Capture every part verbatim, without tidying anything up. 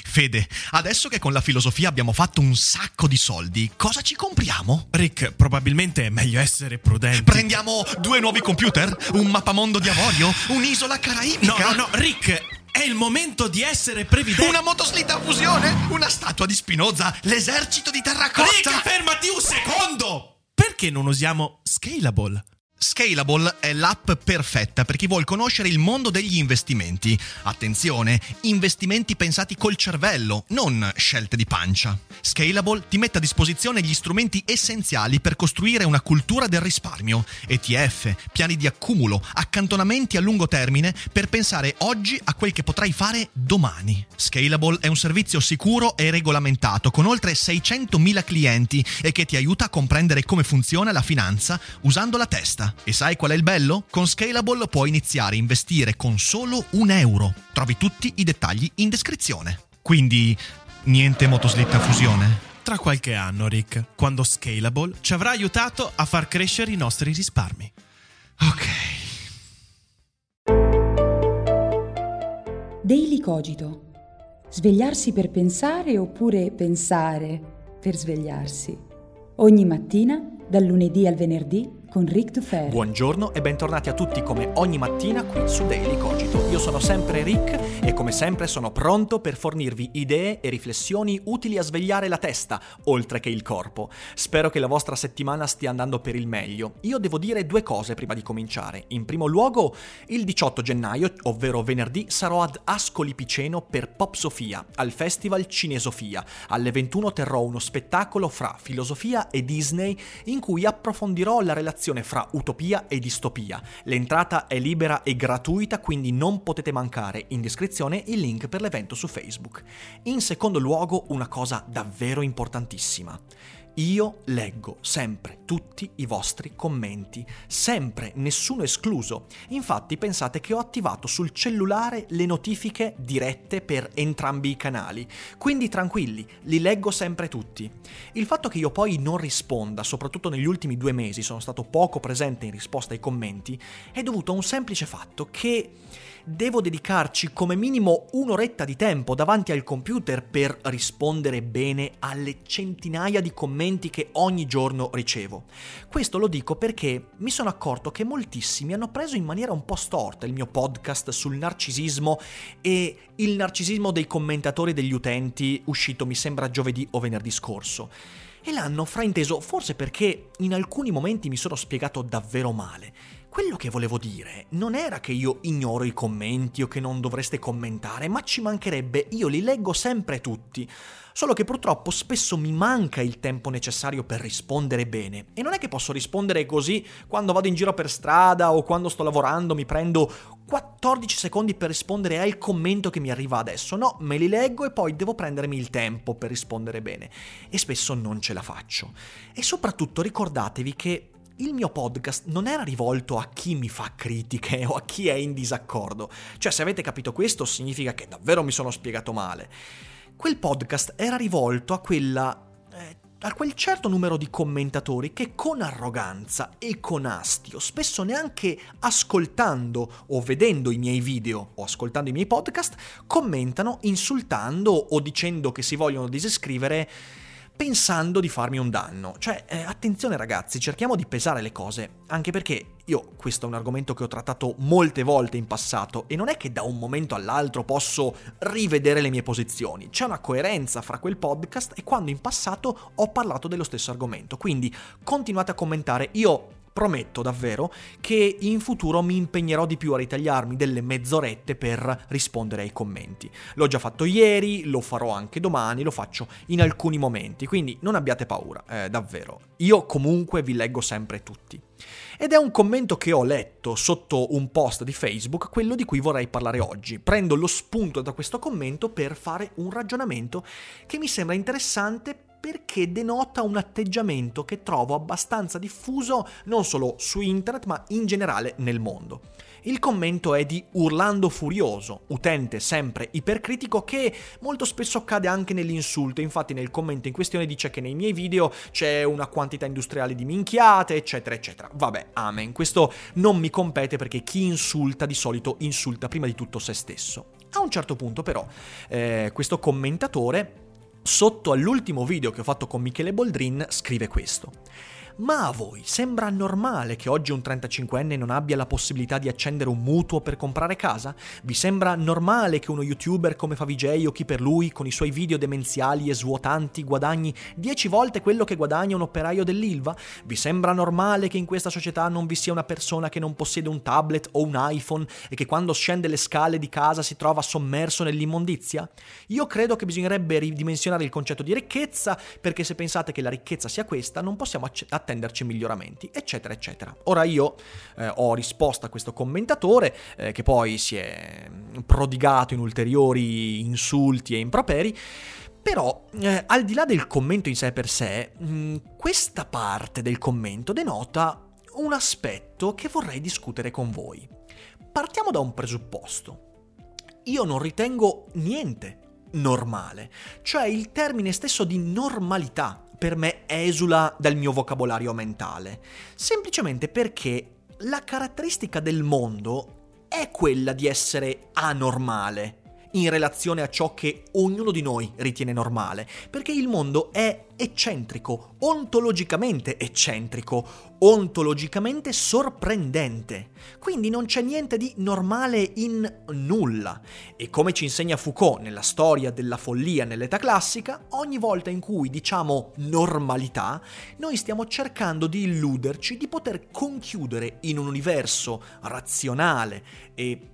Fede, adesso che con la filosofia abbiamo fatto un sacco di soldi, cosa ci compriamo? Rick, probabilmente è meglio essere prudenti. Prendiamo due nuovi computer? Un mappamondo di avorio? Un'isola caraibica? No, no, no, Rick, è il momento di essere previdenti. Una motoslitta a fusione? Una statua di Spinoza? L'esercito di terracotta? Rick, fermati un secondo! Perché non usiamo Scalable? Scalable è l'app perfetta per chi vuol conoscere il mondo degli investimenti. Attenzione, investimenti pensati col cervello, non scelte di pancia. Scalable ti mette a disposizione gli strumenti essenziali per costruire una cultura del risparmio, E T F, piani di accumulo, accantonamenti a lungo termine per pensare oggi a quel che potrai fare domani. Scalable è un servizio sicuro e regolamentato con oltre seicentomila clienti e che ti aiuta a comprendere come funziona la finanza usando la testa. E sai qual è il bello? Con Scalable puoi iniziare a investire con solo un euro. Trovi tutti i dettagli in descrizione. Quindi, niente motoslitta a fusione? Tra qualche anno, Rick, quando Scalable ci avrà aiutato a far crescere i nostri risparmi. Ok. Daily Cogito. Svegliarsi per pensare oppure pensare per svegliarsi. Ogni mattina, dal lunedì al venerdì, con Rick Dufer. Buongiorno e bentornati a tutti come ogni mattina qui su Daily Cogito. Io sono sempre Rick e come sempre sono pronto per fornirvi idee e riflessioni utili a svegliare la testa, oltre che il corpo. Spero che la vostra settimana stia andando per il meglio. Io devo dire due cose prima di cominciare. In primo luogo, il diciotto gennaio, ovvero venerdì, sarò ad Ascoli Piceno per Pop Sofia, al Festival Cinesofia. Alle ventuno terrò uno spettacolo fra filosofia e Disney in cui approfondirò la relazione fra utopia e distopia. L'entrata è libera e gratuita, quindi non potete mancare. In descrizione il link per l'evento su Facebook. In secondo luogo, una cosa davvero importantissima. Io leggo sempre tutti i vostri commenti, sempre, nessuno escluso. Infatti pensate che ho attivato sul cellulare le notifiche dirette per entrambi i canali, quindi tranquilli, li leggo sempre tutti. Il fatto che io poi non risponda, soprattutto negli ultimi due mesi, sono stato poco presente in risposta ai commenti, è dovuto a un semplice fatto che devo dedicarci come minimo un'oretta di tempo davanti al computer per rispondere bene alle centinaia di commenti che ogni giorno ricevo. Questo lo dico perché mi sono accorto che moltissimi hanno preso in maniera un po' storta il mio podcast sul narcisismo e il narcisismo dei commentatori e degli utenti, uscito mi sembra giovedì o venerdì scorso. E l'hanno frainteso forse perché in alcuni momenti mi sono spiegato davvero male. Quello che volevo dire non era che io ignoro i commenti o che non dovreste commentare, ma ci mancherebbe, io li leggo sempre tutti. Solo che purtroppo spesso mi manca il tempo necessario per rispondere bene. E non è che posso rispondere così quando vado in giro per strada o quando sto lavorando, mi prendo quattordici secondi per rispondere al commento che mi arriva adesso. No, me li leggo e poi devo prendermi il tempo per rispondere bene. E spesso non ce la faccio. E soprattutto ricordatevi che il mio podcast non era rivolto a chi mi fa critiche o a chi è in disaccordo. Cioè, se avete capito questo, significa che davvero mi sono spiegato male. Quel podcast era rivolto a quella... Eh, a quel certo numero di commentatori che con arroganza e con astio, spesso neanche ascoltando o vedendo i miei video o ascoltando i miei podcast, commentano insultando o dicendo che si vogliono disiscrivere pensando di farmi un danno. Cioè, eh, attenzione ragazzi, cerchiamo di pesare le cose, anche perché io, questo è un argomento che ho trattato molte volte in passato e non è che da un momento all'altro posso rivedere le mie posizioni. C'è una coerenza fra quel podcast e quando in passato ho parlato dello stesso argomento, quindi continuate a commentare. Io prometto davvero che in futuro mi impegnerò di più a ritagliarmi delle mezz'orette per rispondere ai commenti. L'ho già fatto ieri, lo farò anche domani, lo faccio in alcuni momenti, quindi non abbiate paura, eh, davvero. Io comunque vi leggo sempre tutti. Ed è un commento che ho letto sotto un post di Facebook, quello di cui vorrei parlare oggi. Prendo lo spunto da questo commento per fare un ragionamento che mi sembra interessante perché denota un atteggiamento che trovo abbastanza diffuso non solo su internet ma in generale nel mondo. Il commento è di Urlando Furioso, utente sempre ipercritico che molto spesso cade anche nell'insulto. Infatti nel commento in questione dice che nei miei video c'è una quantità industriale di minchiate, eccetera eccetera. Vabbè, amen, questo non mi compete perché chi insulta di solito insulta prima di tutto se stesso. A un certo punto però eh, questo commentatore, sotto all'ultimo video che ho fatto con Michele Boldrin, scrive questo: ma a voi sembra normale che oggi un trentacinquenne non abbia la possibilità di accendere un mutuo per comprare casa? Vi sembra normale che uno youtuber come Favij o chi per lui, con i suoi video demenziali e svuotanti, guadagni dieci volte quello che guadagna un operaio dell'Ilva? Vi sembra normale che in questa società non vi sia una persona che non possiede un tablet o un iPhone e che quando scende le scale di casa si trova sommerso nell'immondizia? Io credo che bisognerebbe ridimensionare il concetto di ricchezza, perché se pensate che la ricchezza sia questa, non possiamo accettare attenderci miglioramenti, eccetera eccetera. Ora io eh, ho risposto a questo commentatore eh, che poi si è prodigato in ulteriori insulti e improperi, però eh, al di là del commento in sé per sé, mh, questa parte del commento denota un aspetto che vorrei discutere con voi. Partiamo da un presupposto. Io non ritengo niente normale, cioè il termine stesso di normalità per me esula dal mio vocabolario mentale, semplicemente perché la caratteristica del mondo è quella di essere anormale in relazione a ciò che ognuno di noi ritiene normale, perché il mondo è eccentrico, ontologicamente eccentrico, ontologicamente sorprendente, quindi non c'è niente di normale in nulla. E come ci insegna Foucault nella storia della follia nell'età classica, ogni volta in cui diciamo normalità, noi stiamo cercando di illuderci di poter conchiudere in un universo razionale e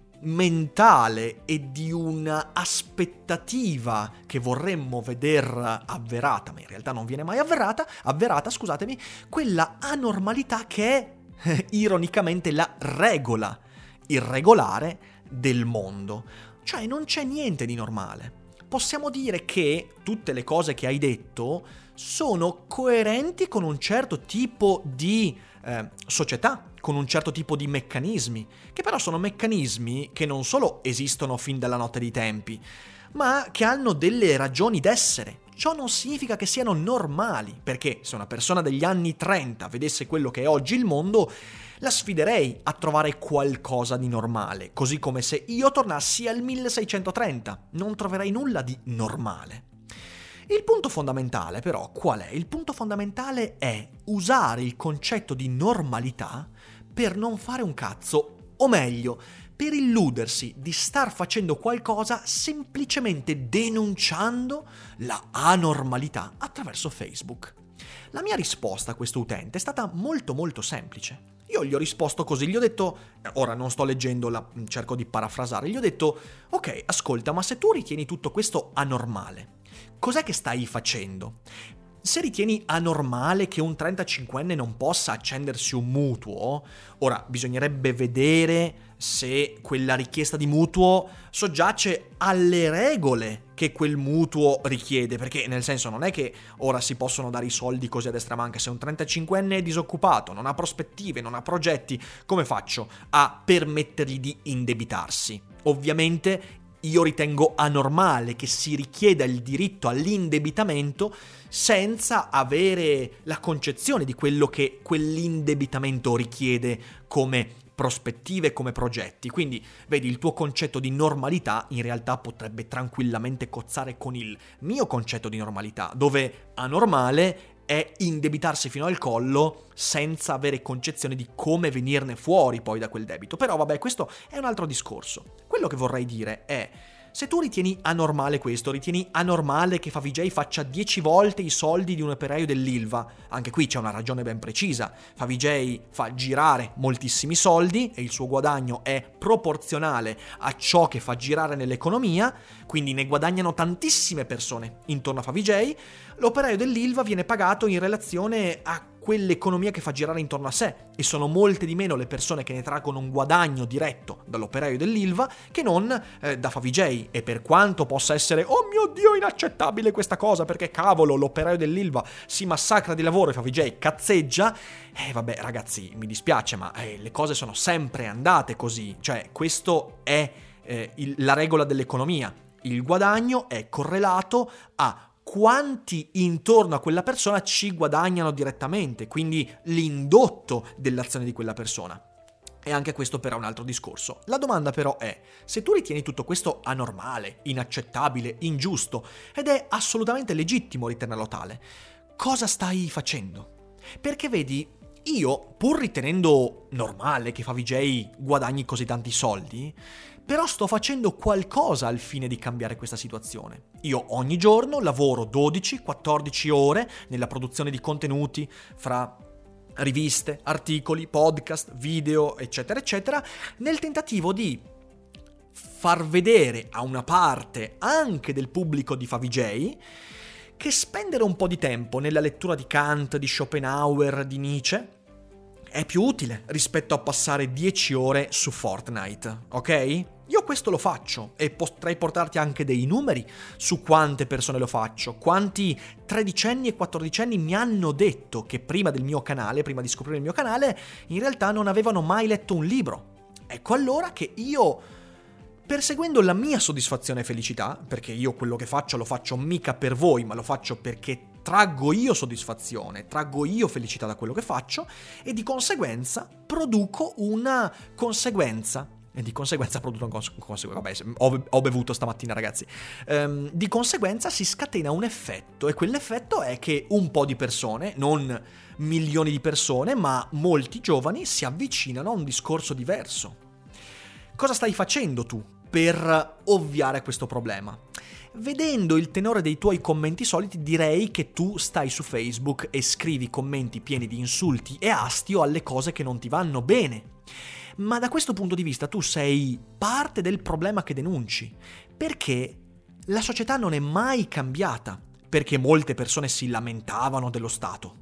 mentale e di una aspettativa che vorremmo veder avverata, ma in realtà non viene mai avverata, avverata, scusatemi, quella anormalità che è eh, ironicamente la regola irregolare del mondo. Cioè non c'è niente di normale. Possiamo dire che tutte le cose che hai detto sono coerenti con un certo tipo di eh, società, con un certo tipo di meccanismi, che però sono meccanismi che non solo esistono fin dalla notte dei tempi, ma che hanno delle ragioni d'essere. Ciò non significa che siano normali, perché se una persona degli anni trenta vedesse quello che è oggi il mondo, la sfiderei a trovare qualcosa di normale, così come se io tornassi al milleseicentotrenta, non troverei nulla di normale. Il punto fondamentale però qual è? Il punto fondamentale è usare il concetto di normalità per non fare un cazzo, o meglio, per illudersi di star facendo qualcosa semplicemente denunciando la anormalità attraverso Facebook. La mia risposta a questo utente è stata molto molto semplice. Io gli ho risposto così, gli ho detto, ora non sto leggendo, la, cerco di parafrasare, gli ho detto, ok, ascolta, ma se tu ritieni tutto questo anormale, cos'è che stai facendo? Se ritieni anormale che un trentacinquenne non possa accendersi un mutuo, ora bisognerebbe vedere se quella richiesta di mutuo soggiace alle regole che quel mutuo richiede, perché nel senso non è che ora si possono dare i soldi così a destra manca. Se un trentacinquenne è disoccupato, non ha prospettive, non ha progetti, come faccio a permettergli di indebitarsi? Ovviamente io ritengo anormale che si richieda il diritto all'indebitamento senza avere la concezione di quello che quell'indebitamento richiede come prospettive, come progetti. Quindi, vedi, il tuo concetto di normalità in realtà potrebbe tranquillamente cozzare con il mio concetto di normalità, dove anormale è indebitarsi fino al collo senza avere concezione di come venirne fuori poi da quel debito. Però vabbè, questo è un altro discorso. Quello che vorrei dire è: se tu ritieni anormale questo, ritieni anormale che Favij faccia dieci volte i soldi di un operaio dell'Ilva, anche qui c'è una ragione ben precisa. Favij fa girare moltissimi soldi e il suo guadagno è proporzionale a ciò che fa girare nell'economia, quindi ne guadagnano tantissime persone intorno a Favij. L'operaio dell'Ilva viene pagato in relazione a quell'economia che fa girare intorno a sé, e sono molte di meno le persone che ne traggono un guadagno diretto dall'operaio dell'Ilva che non eh, da Favij. E per quanto possa essere, oh mio Dio, inaccettabile questa cosa, perché cavolo, l'operaio dell'Ilva si massacra di lavoro e Favij cazzeggia, eh vabbè ragazzi, mi dispiace, ma eh, le cose sono sempre andate così. Cioè, questo è eh, il, la regola dell'economia. Il guadagno è correlato a quanti intorno a quella persona ci guadagnano direttamente, quindi l'indotto dell'azione di quella persona. E anche questo però è un altro discorso. La domanda però è, se tu ritieni tutto questo anormale, inaccettabile, ingiusto, ed è assolutamente legittimo ritenerlo tale, cosa stai facendo? Perché vedi, io, pur ritenendo normale che Favij guadagni così tanti soldi, però sto facendo qualcosa al fine di cambiare questa situazione. Io ogni giorno lavoro dodici quattordici ore nella produzione di contenuti fra riviste, articoli, podcast, video, eccetera, eccetera, nel tentativo di far vedere a una parte anche del pubblico di Favij che spendere un po' di tempo nella lettura di Kant, di Schopenhauer, di Nietzsche è più utile rispetto a passare dieci ore su Fortnite, ok? Io questo lo faccio e potrei portarti anche dei numeri su quante persone lo faccio, quanti tredicenni e quattordicenni mi hanno detto che prima del mio canale, prima di scoprire il mio canale, in realtà non avevano mai letto un libro. Ecco allora che io, perseguendo la mia soddisfazione e felicità, perché io quello che faccio lo faccio mica per voi, ma lo faccio perché traggo io soddisfazione, traggo io felicità da quello che faccio e di conseguenza produco una conseguenza. E di conseguenza produco una conseguenza. Vabbè, ho, ho bevuto stamattina, ragazzi. Ehm, di conseguenza si scatena un effetto, e quell'effetto è che un po' di persone, non milioni di persone, ma molti giovani si avvicinano a un discorso diverso. Cosa stai facendo tu per ovviare a questo problema? Vedendo il tenore dei tuoi commenti soliti, direi che tu stai su Facebook e scrivi commenti pieni di insulti e astio alle cose che non ti vanno bene. Ma da questo punto di vista tu sei parte del problema che denunci, perché la società non è mai cambiata, perché molte persone si lamentavano dello Stato,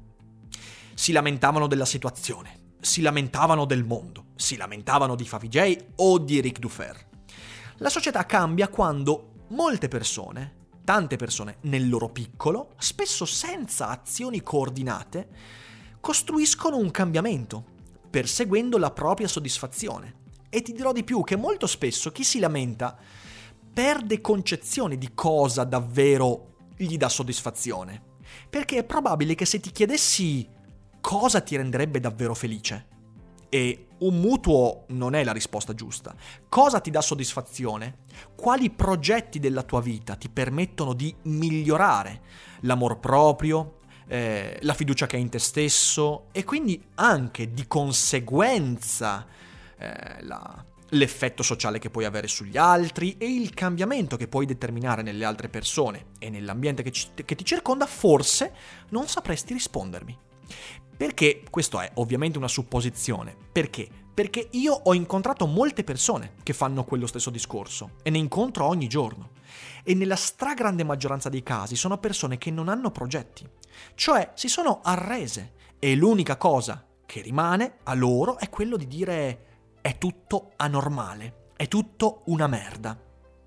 si lamentavano della situazione, si lamentavano del mondo, si lamentavano di Favij o di Eric Dufer. La società cambia quando molte persone, tante persone nel loro piccolo, spesso senza azioni coordinate, costruiscono un cambiamento, perseguendo la propria soddisfazione. E ti dirò di più che molto spesso chi si lamenta perde concezione di cosa davvero gli dà soddisfazione. Perché è probabile che se ti chiedessi cosa ti renderebbe davvero felice, e un mutuo non è la risposta giusta, cosa ti dà soddisfazione, quali progetti della tua vita ti permettono di migliorare l'amor proprio, Eh, la fiducia che hai in te stesso, e quindi anche di conseguenza eh, la, l'effetto sociale che puoi avere sugli altri e il cambiamento che puoi determinare nelle altre persone e nell'ambiente che, ci, che ti circonda, forse non sapresti rispondermi. Perché questo è ovviamente una supposizione. Perché? Perché io ho incontrato molte persone che fanno quello stesso discorso e ne incontro ogni giorno. E nella stragrande maggioranza dei casi sono persone che non hanno progetti, cioè si sono arrese, e l'unica cosa che rimane a loro è quello di dire è tutto anormale, è tutto una merda.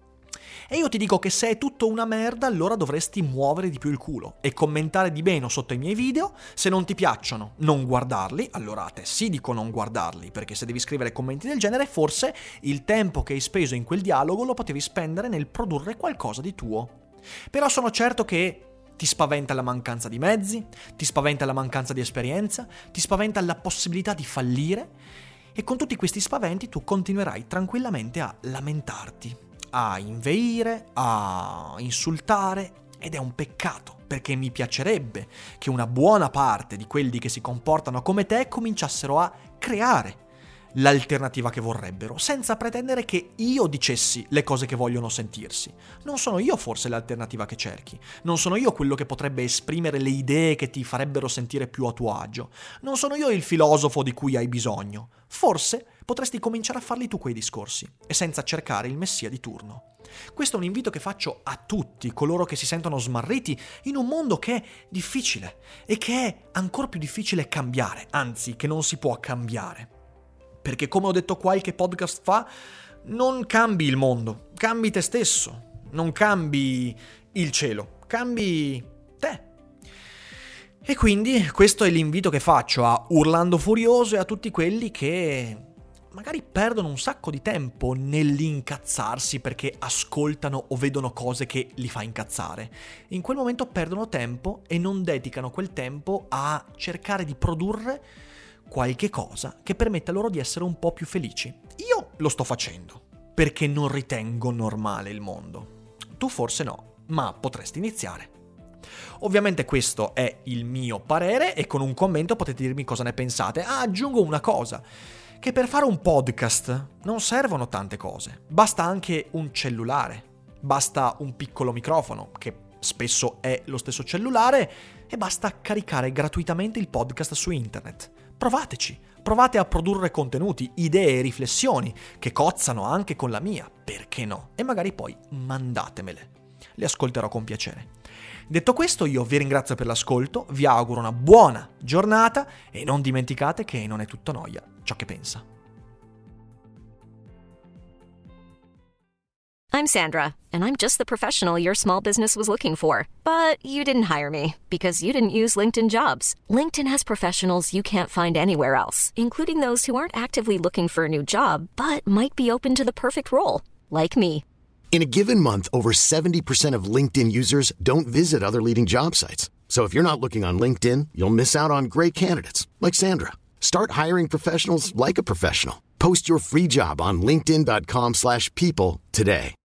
E io ti dico che se è tutto una merda, allora dovresti muovere di più il culo e commentare di meno sotto i miei video. Se non ti piacciono, non guardarli. Allora a te sì dico non guardarli, perché se devi scrivere commenti del genere, forse il tempo che hai speso in quel dialogo lo potevi spendere nel produrre qualcosa di tuo. Però sono certo che ti spaventa la mancanza di mezzi, ti spaventa la mancanza di esperienza, ti spaventa la possibilità di fallire, e con tutti questi spaventi tu continuerai tranquillamente a lamentarti, a inveire, a insultare, ed è un peccato, perché mi piacerebbe che una buona parte di quelli che si comportano come te cominciassero a creare l'alternativa che vorrebbero, senza pretendere che io dicessi le cose che vogliono sentirsi. Non sono io forse l'alternativa che cerchi, non sono io quello che potrebbe esprimere le idee che ti farebbero sentire più a tuo agio, non sono io il filosofo di cui hai bisogno. Forse potresti cominciare a farli tu quei discorsi, e senza cercare il messia di turno. Questo è un invito che faccio a tutti coloro che si sentono smarriti in un mondo che è difficile, e che è ancora più difficile cambiare, anzi che non si può cambiare. Perché, come ho detto qualche podcast fa, non cambi il mondo, cambi te stesso, non cambi il cielo, cambi te. E quindi questo è l'invito che faccio a Urlando Furioso e a tutti quelli che magari perdono un sacco di tempo nell'incazzarsi perché ascoltano o vedono cose che li fa incazzare. In quel momento perdono tempo e non dedicano quel tempo a cercare di produrre qualche cosa che permetta loro di essere un po' più felici. Io lo sto facendo, perché non ritengo normale il mondo. Tu forse no, ma potresti iniziare. Ovviamente questo è il mio parere e con un commento potete dirmi cosa ne pensate. Ah, aggiungo una cosa, che per fare un podcast non servono tante cose. Basta anche un cellulare, basta un piccolo microfono, che spesso è lo stesso cellulare, e basta caricare gratuitamente il podcast su internet. Provateci, provate a produrre contenuti, idee e riflessioni che cozzano anche con la mia, perché no? E magari poi mandatemele, le ascolterò con piacere. Detto questo, io vi ringrazio per l'ascolto, vi auguro una buona giornata e non dimenticate che non è tutto noia ciò che pensa. I'm Sandra, and I'm just the professional your small business was looking for. But you didn't hire me because you didn't use LinkedIn Jobs. LinkedIn has professionals you can't find anywhere else, including those who aren't actively looking for a new job, but might be open to the perfect role, like me. In a given month, over seventy percent of LinkedIn users don't visit other leading job sites. So if you're not looking on LinkedIn, you'll miss out on great candidates like Sandra. Start hiring professionals like a professional. Post your free job on linkedin dot com slash people today.